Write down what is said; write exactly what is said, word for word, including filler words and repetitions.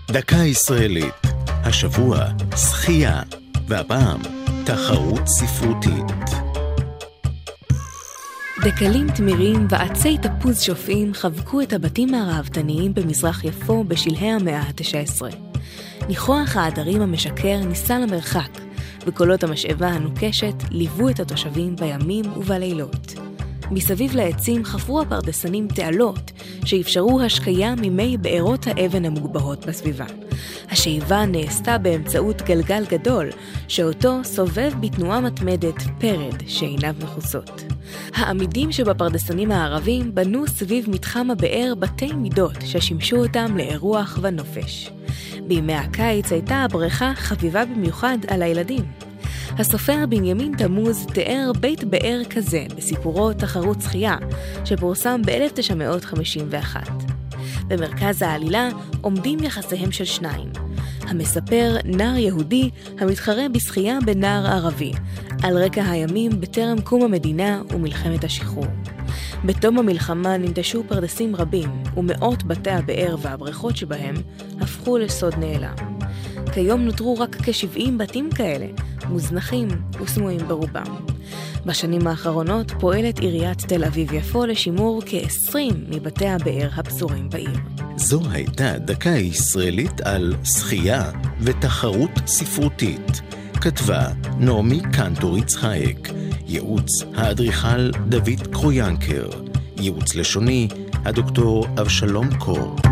דקה ישראלית, השבוע שחייה, והפעם תחרות ספרותית. דקלים תמירים ועצי תפוז שופעים חבקו את הבתים הרהבתניים במזרח יפו בשלהי המאה ה-תשע עשרה. ניחוח העדרים המשקר ניסה למרחק, וקולות המשאבה הנוקשת ליוו את התושבים בימים ובלילות. מסביב לעצים חפרו הפרדסנים תעלות שאפשרו השקיה ממי בארות האבן המוגבהות בסביבה. השאיבה נעשתה באמצעות גלגל גדול שאותו סובב בתנועה מתמדת פרד שעיניו מחוסות. העמידים שבפרדסנים הערבים בנו סביב מתחם הבאר בתי מידות ששימשו אותם לאירוח ונופש. בימי הקיץ הייתה הבריכה חביבה במיוחד על הילדים. הסופר בנימין תמוז תיאר בית באר כזה בסיפורו תחרות שחייה, שפורסם ב-אלף תשע מאות חמישים ואחת. במרכז העלילה עומדים יחסיהם של שניים. המספר נער יהודי המתחרה בשחייה בנער ערבי, על רקע הימים בטרם קום המדינה ומלחמת השחרור. בתום המלחמה ננטשו פרדסים רבים, ומאות בתי הבאר והבריכות שבהם הפכו לסוד נעלם. כיום נותרו רק כ-שבעים בתים כאלה, מוזנחים וסמויים ברובם. בשנים האחרונות פועלת עיריית תל אביב-יפו לשימור כ-עשרים מבתי הבאר הפזורים בעיר. זו הייתה דקה ישראלית על שחייה ותחרות ספרותית. כתבה נעמי קנטור יצחק, ייעוץ האדריכל דוד קרויאנקר, ייעוץ לשוני הדוקטור אבשלום קור.